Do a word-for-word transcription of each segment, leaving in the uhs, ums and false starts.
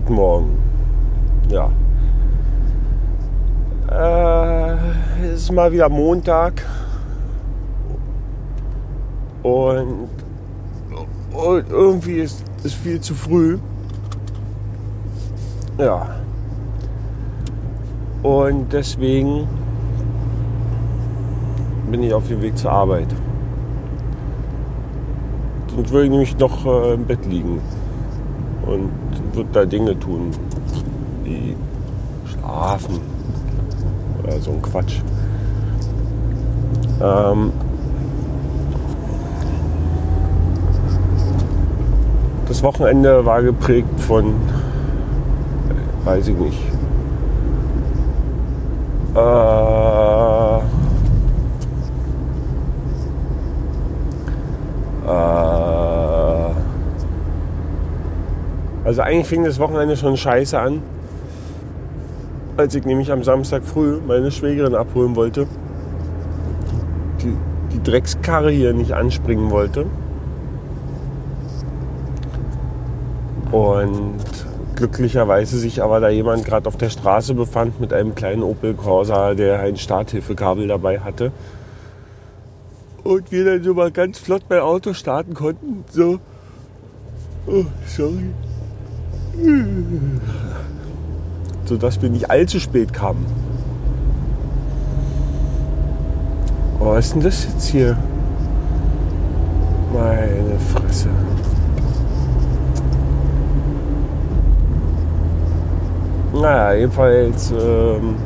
guten Morgen. Ja. Äh, es ist mal wieder Montag. Und, und irgendwie ist es viel zu früh. Ja. Und deswegen bin ich auf dem Weg zur Arbeit. Sonst würde ich nämlich noch äh, im Bett liegen und würde da Dinge tun, wie schlafen oder so ein Quatsch. Ähm, das Wochenende war geprägt von, weiß ich nicht, äh, Also eigentlich fing das Wochenende schon scheiße an, als ich nämlich am Samstag früh meine Schwägerin abholen wollte, die, die Dreckskarre hier nicht anspringen wollte. Und glücklicherweise sich aber da jemand gerade auf der Straße befand mit einem kleinen Opel Corsa, der ein Starthilfekabel dabei hatte. Und wir dann so mal ganz flott mein Auto starten konnten. So, oh, sorry. So dass wir nicht allzu spät kamen. Oh, was ist denn das jetzt hier? Meine Fresse. Naja, jedenfalls ähm,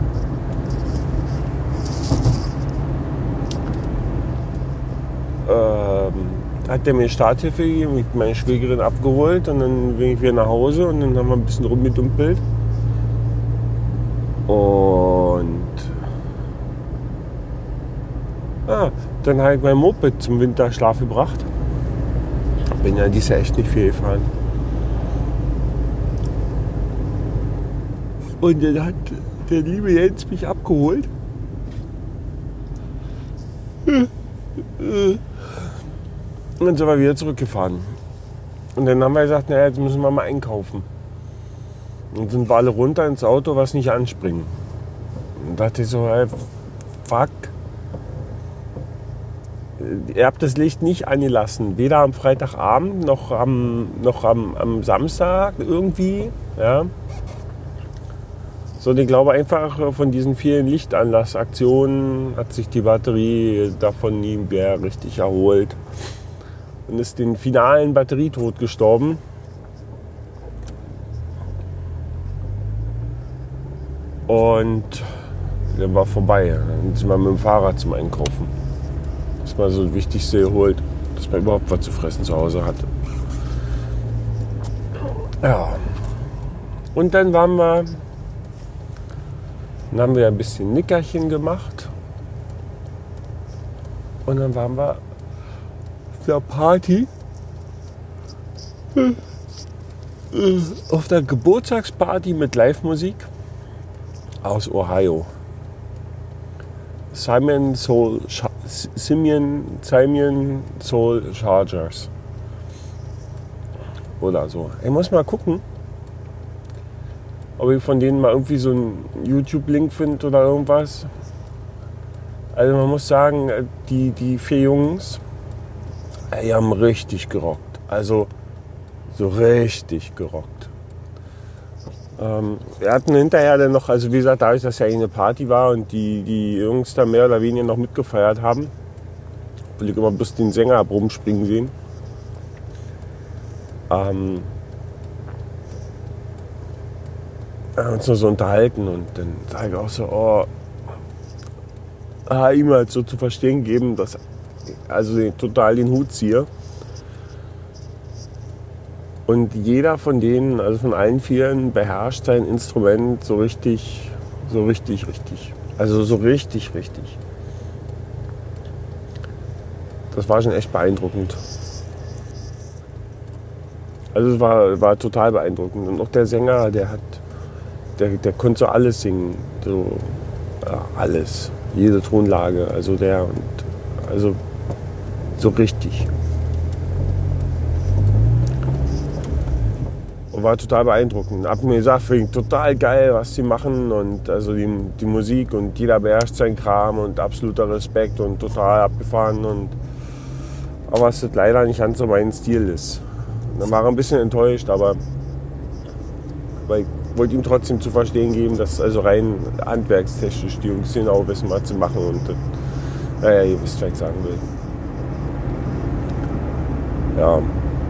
ähm, hat der mir Starthilfe gegeben, mit meine Schwägerin abgeholt und dann bin ich wieder nach Hause und dann haben wir ein bisschen rumgedumpelt. Und ah, dann habe ich mein Moped zum Winterschlaf gebracht. Bin ja dieses Jahr echt nicht viel gefahren. Und dann hat der liebe Jens mich abgeholt. Und dann sind wir wieder zurückgefahren. Und dann haben wir gesagt, naja, jetzt müssen wir mal einkaufen. Und sind wir alle runter ins Auto, was nicht anspringen. Und dachte ich so, hey, fuck. Ihr habt das Licht nicht angelassen. Weder am Freitagabend noch am, noch am, am Samstag irgendwie. Ja. So, ich glaube einfach, von diesen vielen Lichtanlassaktionen hat sich die Batterie davon nie mehr richtig erholt. Und ist den finalen Batterietod gestorben. Und dann war vorbei. Dann sind wir mit dem Fahrrad zum Einkaufen. Das war so das Wichtigste geholt, dass man überhaupt was zu fressen zu Hause hatte. Ja. Und dann waren wir, dann haben wir ein bisschen Nickerchen gemacht. Und dann waren wir der Party auf der Geburtstagsparty mit Live-Musik aus Ohio. Simon Soul Simeon Simeon Soul Chargers oder so. Ich muss mal gucken, ob ich von denen mal irgendwie so einen YouTube-Link finde oder irgendwas. Also man muss sagen, die, die vier Jungs, die haben richtig gerockt. Also so richtig gerockt. Ähm, wir hatten hinterher dann noch, also wie gesagt, dadurch, dass ja eine Party war und die, die Jungs da mehr oder weniger noch mitgefeiert haben, will ich immer bloß den Sänger hab rumspringen sehen. Ähm, wir haben uns nur so unterhalten und dann sage ich auch so, oh, ah, ihm halt so zu verstehen geben, dass also total den Hut ziehe. Und jeder von denen, also von allen Vieren, beherrscht sein Instrument so richtig, so richtig, richtig. Also so richtig, richtig. Das war schon echt beeindruckend. Also es war, war total beeindruckend. Und auch der Sänger, der hat, der, der konnte so alles singen. So, ja, alles. Jede Tonlage. Also der und also so richtig. war total beeindruckend. Hab mir gesagt, finde ich total geil, was sie machen und also die, die Musik und jeder beherrscht seinen Kram und absoluter Respekt und total abgefahren und aber was das leider nicht ganz so mein Stil ist. Und dann war er ein bisschen enttäuscht, aber weil ich wollte ihm trotzdem zu verstehen geben, dass also rein handwerkstechnisch die Jungs genau wissen, was sie machen und das, naja, ihr wisst, was ich sagen will. Ja.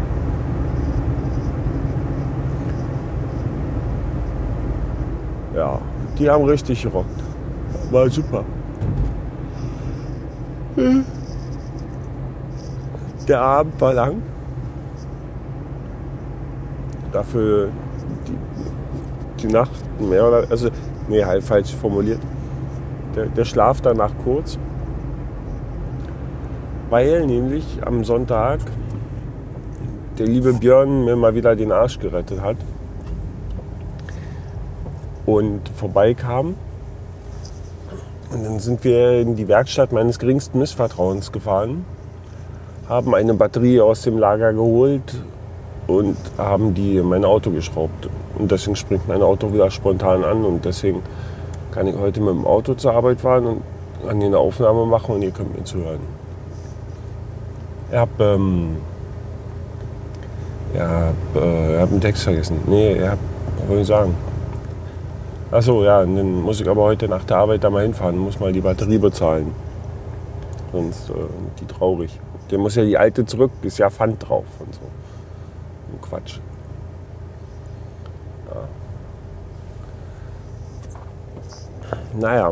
Ja, die haben richtig gerockt. War super. Der Abend war lang. Dafür die, die Nacht mehr oder also nee, halt falsch formuliert. Der, der Schlaf danach kurz. Weil nämlich am Sonntag der liebe Björn mir mal wieder den Arsch gerettet hat. Und vorbeikam. Und dann sind wir in die Werkstatt meines geringsten Missvertrauens gefahren, haben eine Batterie aus dem Lager geholt und haben die in mein Auto geschraubt. Und deswegen springt mein Auto wieder spontan an und deswegen kann ich heute mit dem Auto zur Arbeit fahren und an eine Aufnahme machen und ihr könnt mir zuhören. Ich habe ähm, ja, hab, äh, hab einen Text vergessen. Nee, ich hab, was soll ich sagen? Achso, ja, und dann muss ich aber heute nach der Arbeit da mal hinfahren, muss mal die Batterie bezahlen. Sonst äh, die traurig. Der muss ja die alte zurück, ist ja Pfand drauf und so. Und Quatsch. Ja. Naja.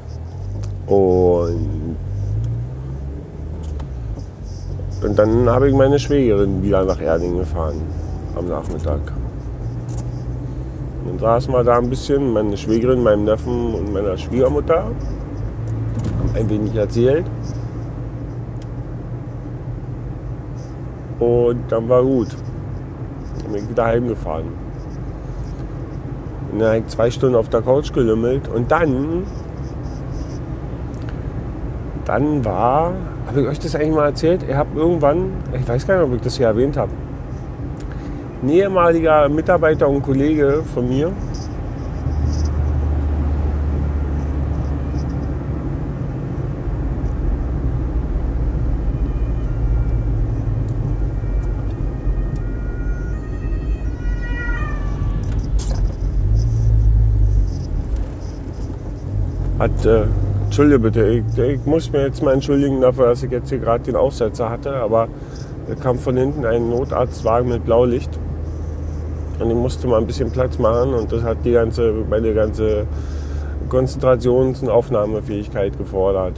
Und, und dann habe ich meine Schwägerin wieder nach Erding gefahren am Nachmittag. Dann saßen wir da ein bisschen, meine Schwägerin, meinem Neffen und meiner Schwiegermutter, haben ein wenig erzählt. Und dann war gut. Dann bin ich wieder heimgefahren. Und dann habe ich zwei Stunden auf der Couch gelümmelt. Und dann, dann war, habe ich euch das eigentlich mal erzählt? Ich habe irgendwann, ich weiß gar nicht, ob ich das hier erwähnt habe, ein ehemaliger Mitarbeiter und Kollege von mir hat, äh, entschuldige bitte, ich, ich muss mir jetzt mal entschuldigen dafür, dass ich jetzt hier gerade den Aufsetzer hatte, aber da kam von hinten ein Notarztwagen mit Blaulicht. Und ich musste mal ein bisschen Platz machen und das hat die ganze, meine ganze Konzentrations- und Aufnahmefähigkeit gefordert.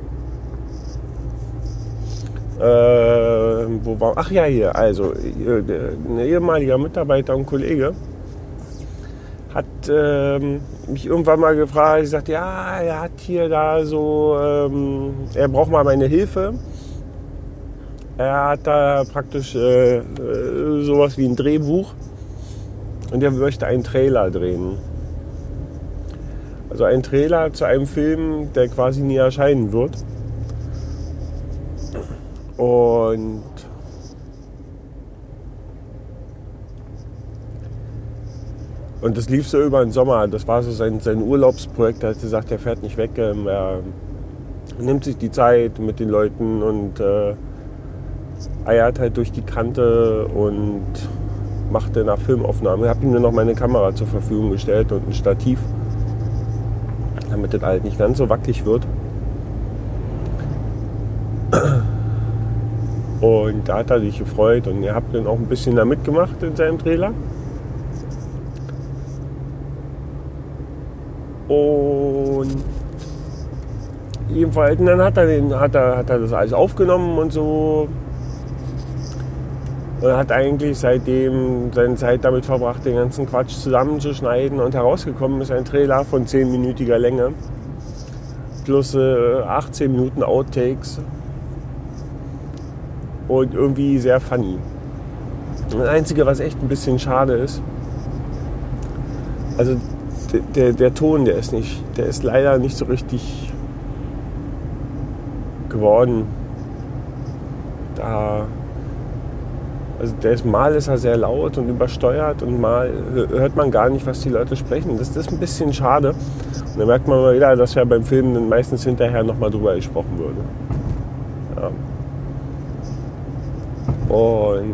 Äh, wo war, ach ja, hier, also ein ehemaliger Mitarbeiter und Kollege hat ähm, mich irgendwann mal gefragt, ich sagte, ja, er hat hier da so, ähm, er braucht mal meine Hilfe. Er hat da praktisch äh, äh, sowas wie ein Drehbuch. Und er möchte einen Trailer drehen. Also einen Trailer zu einem Film, der quasi nie erscheinen wird. Und und das lief so über den Sommer. Das war so sein, sein Urlaubsprojekt. Er hat gesagt, er fährt nicht weg. Er nimmt sich die Zeit mit den Leuten und äh, eiert halt durch die Kante und machte nach Filmaufnahmen. Ich habe ihm nur noch meine Kamera zur Verfügung gestellt und ein Stativ, damit das halt nicht ganz so wackelig wird. Und da hat er sich gefreut und ihr habt dann auch ein bisschen da mitgemacht in seinem Trailer. Und jedenfalls, dann hat er, den, hat, er, hat er das alles aufgenommen und so. Und hat eigentlich seitdem seine Zeit damit verbracht, den ganzen Quatsch zusammenzuschneiden. Und herausgekommen ist ein Trailer von zehnminütiger Länge. Plus äh, achtzehn Minuten Outtakes. Und irgendwie sehr funny. Das Einzige, was echt ein bisschen schade ist, also der, der, der Ton, der ist nicht, der ist leider nicht so richtig geworden. Da Also der ist, mal ist er sehr laut und übersteuert und mal hört man gar nicht, was die Leute sprechen. Das, das ist ein bisschen schade. Und dann merkt man mal wieder, dass ja beim Film dann meistens hinterher nochmal drüber gesprochen würde. Ja. Und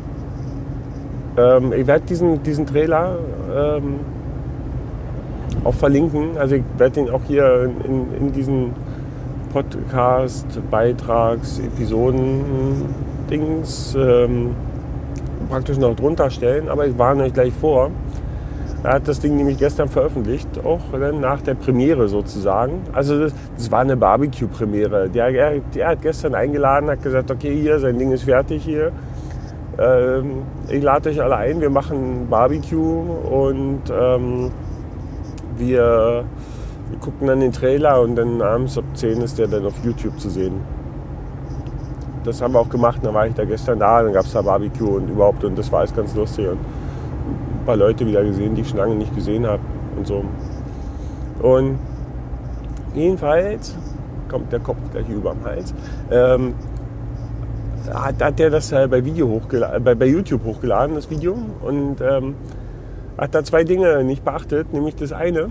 ähm, ich werde diesen, diesen Trailer ähm, auch verlinken. Also ich werde ihn auch hier in, in diesen Podcast, Beitrags, Episoden, Dings ähm, praktisch noch drunter stellen, aber ich warne euch gleich vor. Er hat das Ding nämlich gestern veröffentlicht, auch dann nach der Premiere sozusagen. Also das, das war eine Barbecue-Premiere. Der, der, der hat gestern eingeladen, hat gesagt, okay, hier, sein Ding ist fertig hier. Ähm, ich lade euch alle ein, wir machen Barbecue und ähm, wir, wir gucken dann den Trailer und dann abends ab zehn ist der dann auf YouTube zu sehen. Das haben wir auch gemacht, dann war ich da gestern da, dann gab es da Barbecue und überhaupt und das war alles ganz lustig und ein paar Leute wieder gesehen, die ich schon lange nicht gesehen habe und so. Und jedenfalls kommt der Kopf gleich über am Hals. Ähm, hat, hat der das äh, bei, Video hochgela- bei, bei YouTube hochgeladen, das Video, und ähm, hat da zwei Dinge nicht beachtet, nämlich das eine,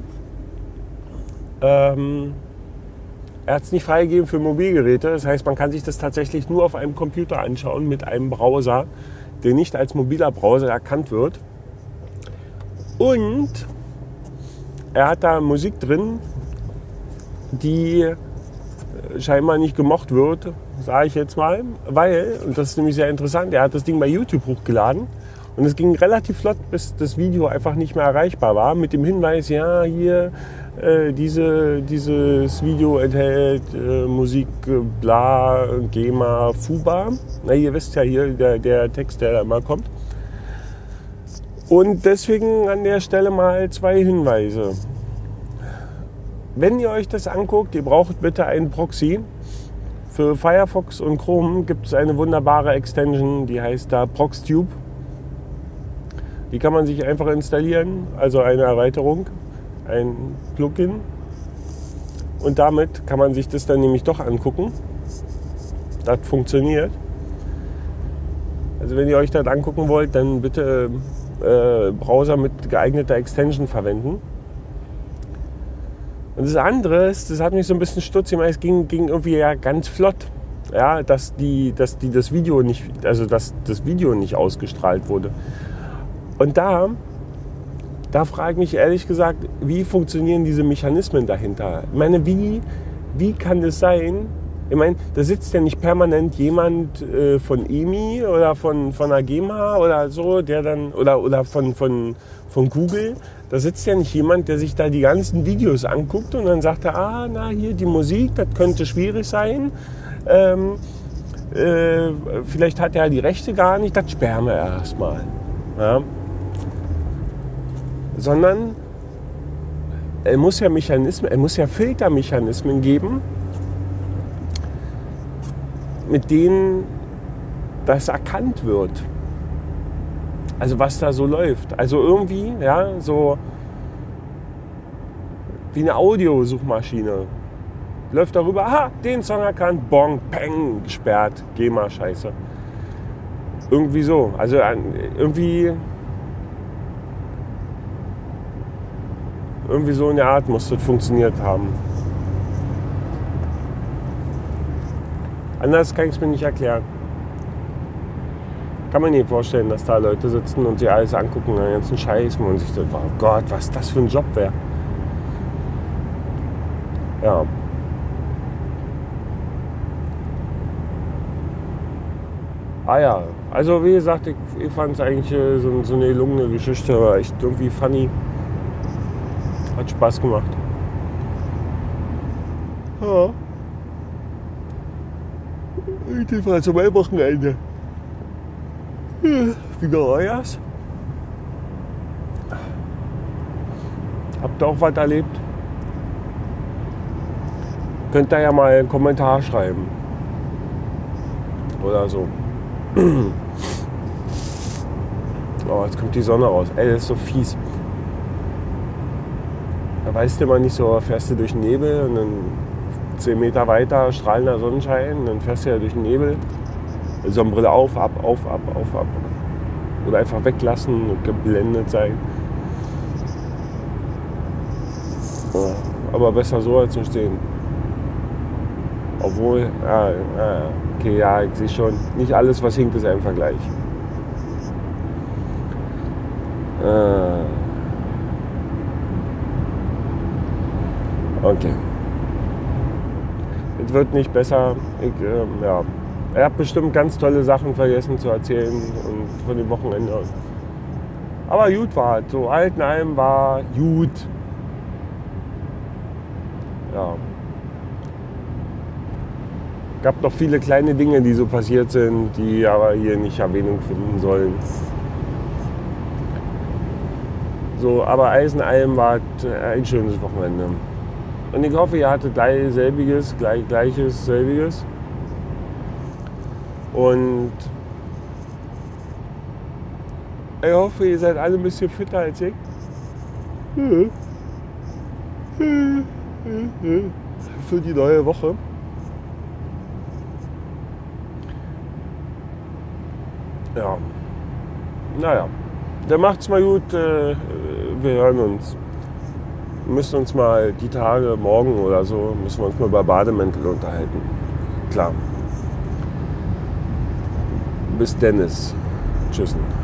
ähm, er hat es nicht freigegeben für Mobilgeräte, das heißt, man kann sich das tatsächlich nur auf einem Computer anschauen mit einem Browser, der nicht als mobiler Browser erkannt wird. Und er hat da Musik drin, die scheinbar nicht gemocht wird, sage ich jetzt mal, weil, und das ist nämlich sehr interessant, er hat das Ding bei YouTube hochgeladen und es ging relativ flott, bis das Video einfach nicht mehr erreichbar war, mit dem Hinweis, ja, hier, äh, diese, dieses Video enthält äh, Musik, äh, bla, GEMA, FUBA. Na, ihr wisst ja hier, der, der Text, der da immer kommt. Und deswegen an der Stelle mal zwei Hinweise. Wenn ihr euch das anguckt, ihr braucht bitte einen Proxy. Für Firefox und Chrome gibt es eine wunderbare Extension, die heißt da ProxTube. Die kann man sich einfach installieren, also eine Erweiterung, ein Plugin. Und damit kann man sich das dann nämlich doch angucken. Das funktioniert. Also wenn ihr euch das angucken wollt, dann bitte äh, Browser mit geeigneter Extension verwenden. Und das andere ist, das hat mich so ein bisschen stutzig gemacht, es ging, ging irgendwie ja ganz flott, ja, dass die, dass die das Video nicht, also dass das Video nicht ausgestrahlt wurde. Und da, da frage ich mich ehrlich gesagt, wie funktionieren diese Mechanismen dahinter? Ich meine, wie, wie kann das sein? Ich meine, da sitzt ja nicht permanent jemand äh, von E M I oder von, von der GEMA oder so, der dann, oder, oder von, von, von Google. Da sitzt ja nicht jemand, der sich da die ganzen Videos anguckt und dann sagt er, ah, na, hier die Musik, das könnte schwierig sein. Ähm, äh, vielleicht hat er die Rechte gar nicht, das sperren wir erstmal. Ja. Sondern er muss ja Mechanismen, er muss ja Filtermechanismen geben, mit denen das erkannt wird. Also was da so läuft. Also irgendwie, ja, so wie eine Audiosuchmaschine. Läuft darüber, aha, den Song erkannt, bong, peng, gesperrt, GEMA-Scheiße. Irgendwie so. Also irgendwie irgendwie so in der Art muss das funktioniert haben. Anders kann ich es mir nicht erklären. Kann man nicht vorstellen, dass da Leute sitzen und sich alles angucken, den ganzen Scheiß, wo man sich denkt, oh Gott, was das für ein Job wäre. Ja. Ah ja, also wie gesagt, ich, ich fand es eigentlich äh, so, so eine gelungene Geschichte, war echt irgendwie funny. Hat Spaß gemacht. Ja. Ich war zum Wochenende. Wieder euers. Habt ihr auch was erlebt? Könnt ihr ja mal einen Kommentar schreiben. Oder so. Oh, jetzt kommt die Sonne raus. Ey, das ist so fies. Da weißt du immer nicht so, fährst du durch den Nebel und dann zehn Meter weiter strahlender Sonnenschein, dann fährst du ja durch den Nebel. Sonnenbrille auf, ab, auf, ab, auf, ab. Oder einfach weglassen und geblendet sein. Aber besser so als nicht sehen. Obwohl, ah, ah, okay, ja, ich sehe schon, nicht alles, was hinkt, ist ein Vergleich. Ah. Okay. Es wird nicht besser. Ich, ähm, ja. Er hat bestimmt ganz tolle Sachen vergessen zu erzählen und von dem Wochenende. Aber gut war es. So Altenheim war gut. Ja. Gab noch viele kleine Dinge, die so passiert sind, die aber hier nicht Erwähnung finden sollen. So, aber Eisenalm war ein schönes Wochenende. Und ich hoffe, ihr hattet gleich selbiges, gleich, gleiches, selbiges. Und ich hoffe, ihr seid alle ein bisschen fitter als ich. Für die neue Woche. Ja. Naja. Dann macht's mal gut. Wir hören uns. Wir müssen uns mal die Tage, morgen oder so, müssen wir uns mal über Bademäntel unterhalten. Klar. Bis Dennis. Tschüss.